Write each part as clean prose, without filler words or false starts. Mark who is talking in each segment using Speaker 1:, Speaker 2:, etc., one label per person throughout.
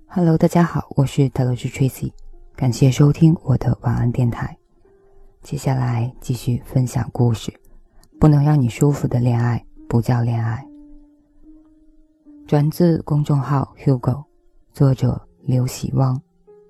Speaker 1: Hello， 大家好，我是塔罗师 Tracy， 感谢收听我的晚安电台。接下来继续分享故事，不能让你舒服的恋爱不叫恋爱。转自公众号 Hugo， 作者刘喜汪。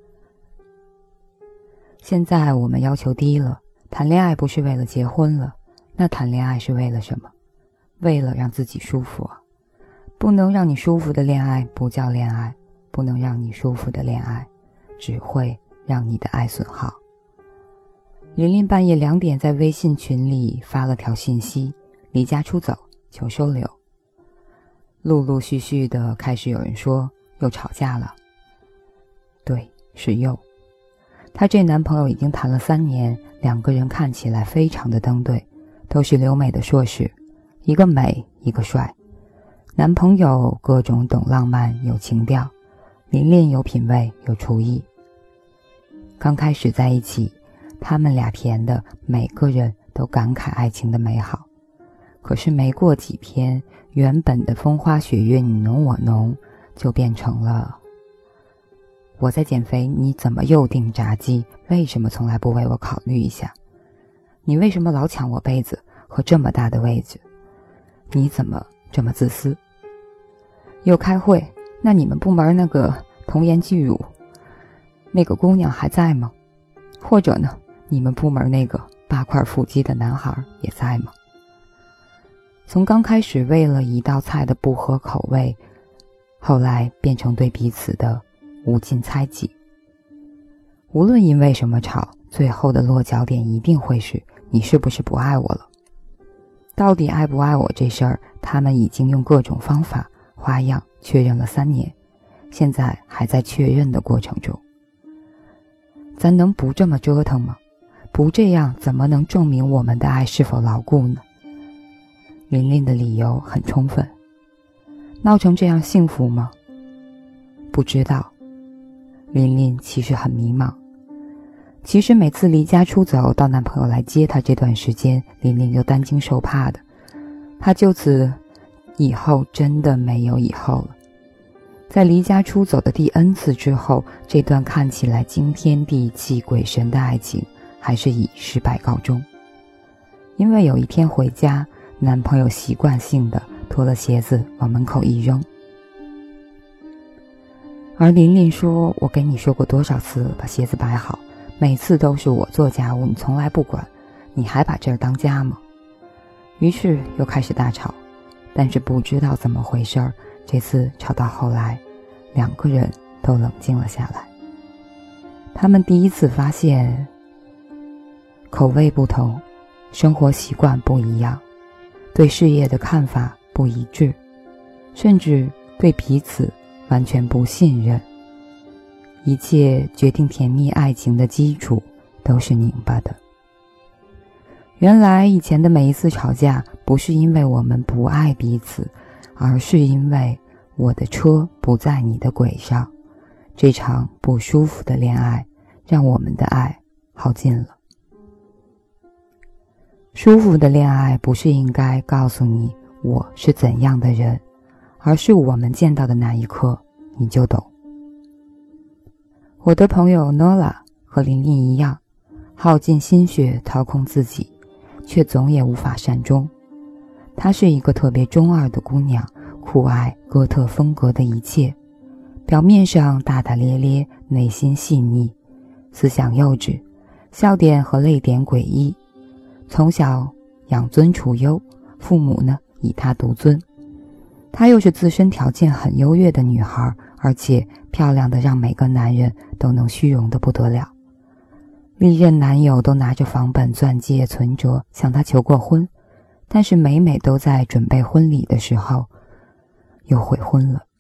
Speaker 1: 现在我们要求低了，谈恋爱不是为了结婚了，那谈恋爱是为了什么？为了让自己舒服啊！不能让你舒服的恋爱不叫恋爱，不能让你舒服的恋爱只会让你的爱损耗。琳琳半夜2点在微信群里发了条信息，离家出走，求收留。陆陆续续的开始有人说又吵架了。对，是又。她这男朋友已经谈了3年，2个人看起来非常的登对，都是留美的硕士，一个美，一个帅。男朋友各种懂浪漫有情调，琳琳有品味有厨艺。刚开始在一起，他们俩甜的每个人都感慨爱情的美好。可是没过几天，原本的风花雪月你侬我侬就变成了我在减肥，你怎么又订炸鸡？为什么从来不为我考虑一下？你为什么老抢我杯子和这么大的位置？你怎么这么自私？又开会，那你们部门那个童颜巨乳那个姑娘还在吗？或者呢，你们部门那个8块腹肌的男孩也在吗？从刚开始为了一道菜的不合口味，后来变成对彼此的无尽猜忌。无论因为什么吵，最后的落脚点一定会是你是不是不爱我了。到底爱不爱我这事儿，他们已经用各种方法花样确认了3年，现在还在确认的过程中。咱能不这么折腾吗？不这样怎么能证明我们的爱是否牢固呢？琳琳的理由很充分。闹成这样幸福吗？不知道。琳琳其实很迷茫。其实每次离家出走到男朋友来接她这段时间，琳琳就担惊受怕的，怕就此以后真的没有以后了。在离家出走的第 N 次之后，这段看起来惊天地泣鬼神的爱情还是以失败告终。因为有一天回家，男朋友习惯性的脱了鞋子往门口一扔。而琳琳说，我给你说过多少次了，把鞋子摆好，每次都是我做家务，你从来不管，你还把这儿当家吗？于是又开始大吵，但是不知道怎么回事儿，这次吵到后来，2个人都冷静了下来。他们第一次发现口味不同，生活习惯不一样，对事业的看法不一致，甚至对彼此完全不信任。一切决定甜蜜爱情的基础都是拧巴的。原来以前的每一次吵架，不是因为我们不爱彼此，而是因为我的车不在你的轨上。这场不舒服的恋爱让我们的爱耗尽了。舒服的恋爱不是应该告诉你我是怎样的人，而是我们见到的那一刻你就懂。我的朋友 Nola 和琳琳一样，耗尽心血掏空自己，却总也无法善终。她是一个特别中二的姑娘，酷爱哥特风格的一切，表面上大大咧咧，内心细腻，思想幼稚，笑点和泪点诡异。从小养尊处优，父母呢以她独尊。她又是自身条件很优越的女孩，而且漂亮的让每个男人都能虚荣的不得了。历任男友都拿着房本、钻戒、存折向她求过婚，但是每每都在准备婚礼的时候又悔婚了。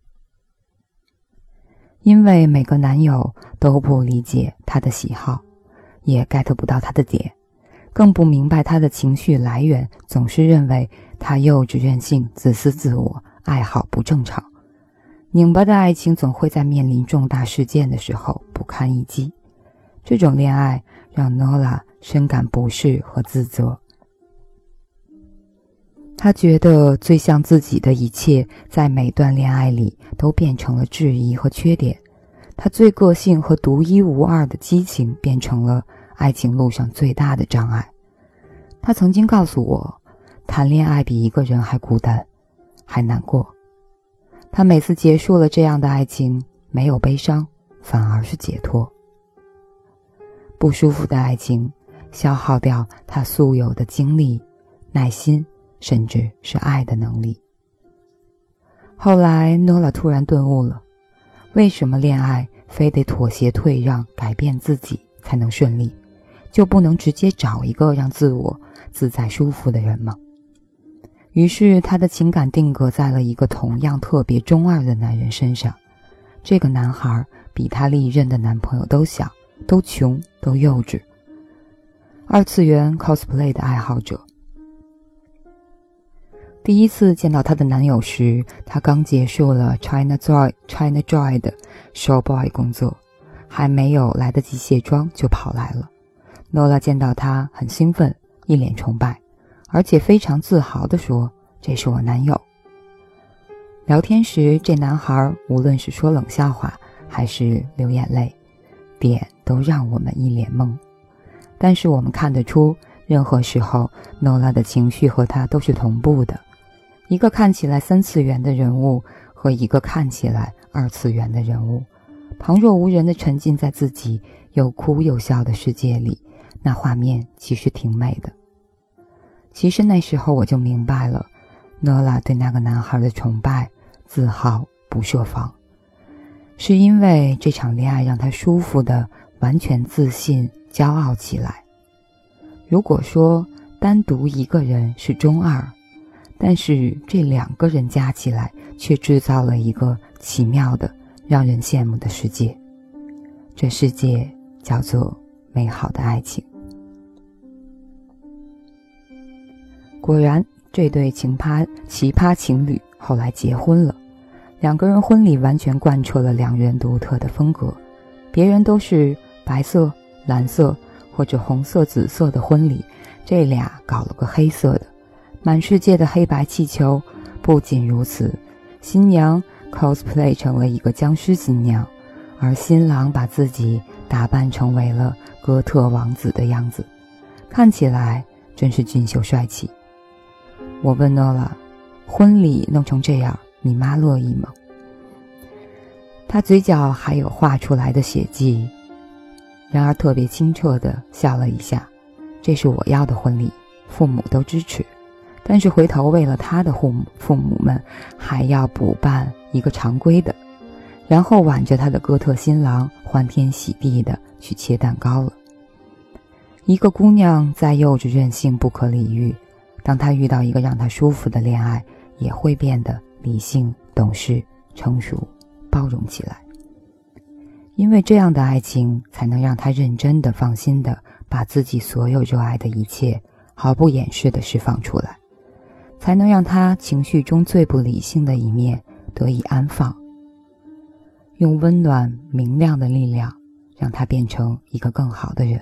Speaker 1: 因为每个男友都不理解她的喜好，也 get 不到她的点，更不明白她的情绪来源，总是认为她幼稚任性、自私自我、爱好不正常。拧巴的爱情总会在面临重大事件的时候不堪一击。这种恋爱让 Nola 深感不适和自责。 他觉得最像自己的一切在每段恋爱里都变成了质疑和缺点，他最个性和独一无二的激情变成了爱情路上最大的障碍。他曾经告诉我，谈恋爱比一个人还孤单，还难过。他每次结束了这样的爱情，没有悲伤，反而是解脱。不舒服的爱情消耗掉他素有的精力、耐心，甚至是爱的能力。后来诺拉突然顿悟了，为什么恋爱非得妥协退让，改变自己才能顺利，就不能直接找一个让自我自在舒服的人吗？于是他的情感定格在了一个同样特别中二的男人身上。这个男孩比他历任的男朋友都小，都穷，都幼稚。二次元 cosplay 的爱好者。第一次见到她的男友时，她刚结束了 China Joy 的 show boy 工作，还没有来得及卸妆就跑来了。诺拉见到他很兴奋，一脸崇拜，而且非常自豪地说，这是我男友。聊天时，这男孩无论是说冷笑话还是流眼泪，点都让我们一脸懵。但是我们看得出，任何时候诺拉的情绪和他都是同步的，一个看起来3次元的人物和一个看起来2次元的人物，旁若无人地沉浸在自己又哭又笑的世界里，那画面其实挺美的。其实那时候我就明白了，诺拉对那个男孩的崇拜、自豪不设防，是因为这场恋爱让他舒服的完全自信、骄傲起来。如果说单独一个人是中二，但是这2个人加起来却制造了一个奇妙的、让人羡慕的世界。这世界叫做美好的爱情。果然，这对奇葩情侣后来结婚了。2个人婚礼完全贯彻了2人独特的风格，别人都是白色、蓝色或者红色、紫色的婚礼，这俩搞了个黑色的，满世界的黑白气球。不仅如此，新娘 cosplay 成了一个僵尸新娘，而新郎把自己打扮成为了哥特王子的样子，看起来真是俊秀帅气。我问诺拉，婚礼弄成这样，你妈乐意吗？他嘴角还有画出来的血迹，然而特别清澈地笑了一下。这是我要的婚礼，父母都支持，但是回头为了他的父母们还要补办一个常规的，然后挽着他的哥特新郎欢天喜地地去切蛋糕了。一个姑娘再幼稚任性不可理喻，当她遇到一个让她舒服的恋爱，也会变得理性、懂事、成熟、包容起来。因为这样的爱情才能让她认真的、放心的把自己所有热爱的一切毫不掩饰地释放出来，才能让她情绪中最不理性的一面得以安放，用温暖明亮的力量让她变成一个更好的人。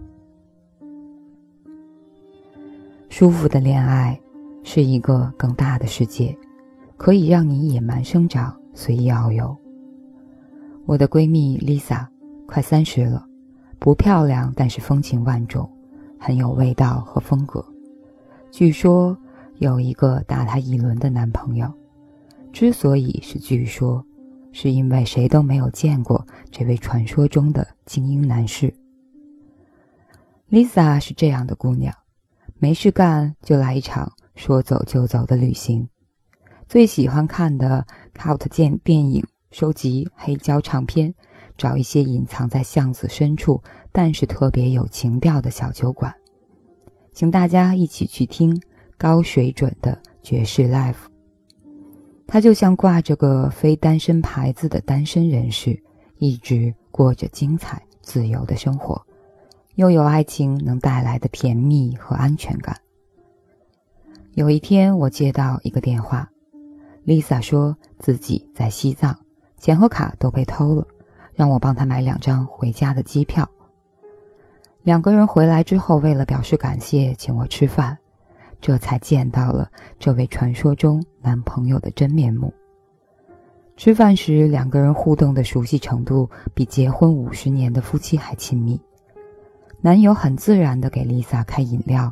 Speaker 1: 舒服的恋爱是一个更大的世界，可以让你野蛮生长，随意遨游。我的闺蜜 Lisa 快30了，不漂亮，但是风情万种，很有味道和风格。据说有一个大她一轮的男朋友，之所以是据说，是因为谁都没有见过这位传说中的精英男士。Lisa 是这样的姑娘，没事干就来一场说走就走的旅行，最喜欢看的 cult 电影，收集黑胶唱片，找一些隐藏在巷子深处但是特别有情调的小酒馆，请大家一起去听高水准的爵士 live。 他就像挂着个非单身牌子的单身人士，一直过着精彩自由的生活，又有爱情能带来的甜蜜和安全感。有一天我接到一个电话， Lisa 说自己在西藏，钱和卡都被偷了，让我帮她买2张回家的机票。2个人回来之后，为了表示感谢，请我吃饭。 这才见到了这位传说中男朋友的真面目。吃饭时，两个人互动的熟悉程度比结婚50年的夫妻还亲密。男友很自然地给 Lisa 开饮料，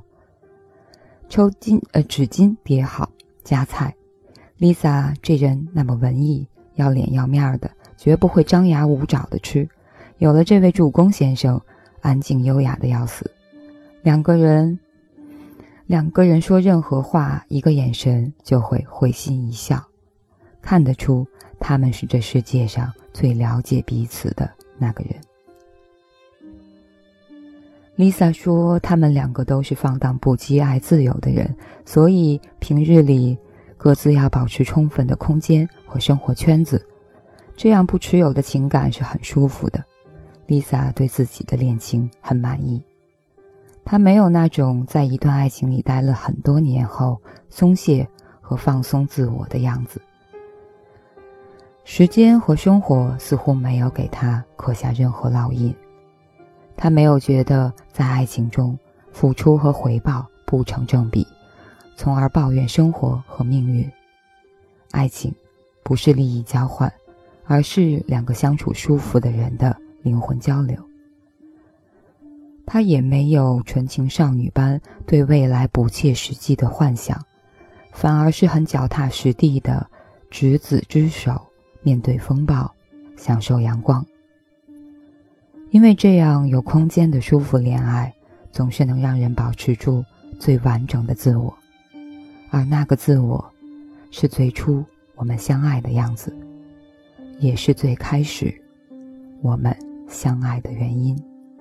Speaker 1: 纸巾叠好，夹菜。Lisa 这人那么文艺，要脸要面的，绝不会张牙舞爪地吃。有了这位主公先生，安静优雅的要死。两个人说任何话，一个眼神就会会心一笑，看得出他们是这世界上最了解彼此的那个人。Lisa 说他们两个都是放荡不羁、爱自由的人，所以平日里各自要保持充分的空间和生活圈子，这样不持有的情感是很舒服的。Lisa 对自己的恋情很满意，她没有那种在一段爱情里待了很多年后松懈和放松自我的样子。时间和生活似乎没有给她刻下任何烙印，她没有觉得在爱情中付出和回报不成正比，从而抱怨生活和命运。爱情不是利益交换，而是两个相处舒服的人的灵魂交流。她也没有纯情少女般对未来不切实际的幻想，反而是很脚踏实地的执子之手，面对风暴，享受阳光。因为这样有空间的舒服恋爱，总是能让人保持住最完整的自我，而那个自我是最初我们相爱的样子，也是最开始我们相爱的原因。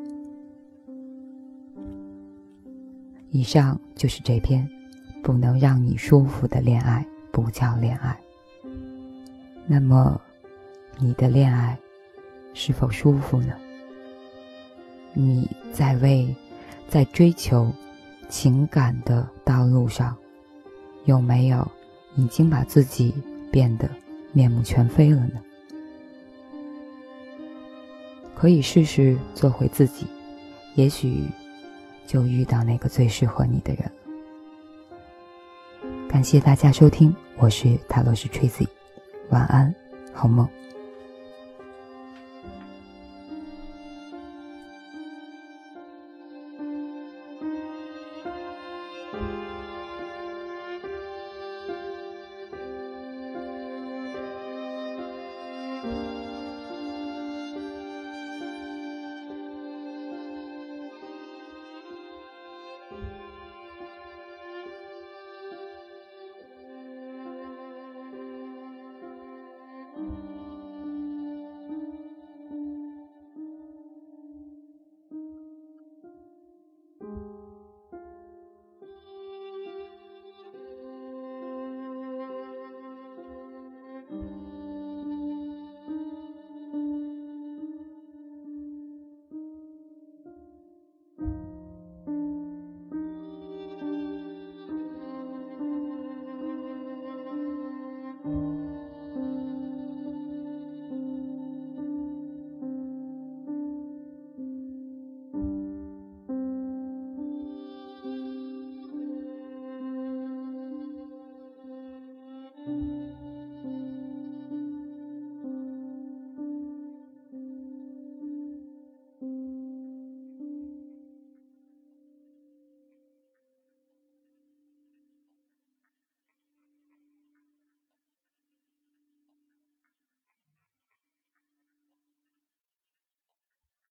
Speaker 1: 以上就是这篇不能让你舒服的恋爱不叫恋爱。那么你的恋爱是否舒服呢？你在追求情感的道路上，有没有已经把自己变得面目全非了呢？可以试试做回自己，也许就遇到那个最适合你的人了。感谢大家收听，我是塔罗斯 Tracy， 晚安，好梦。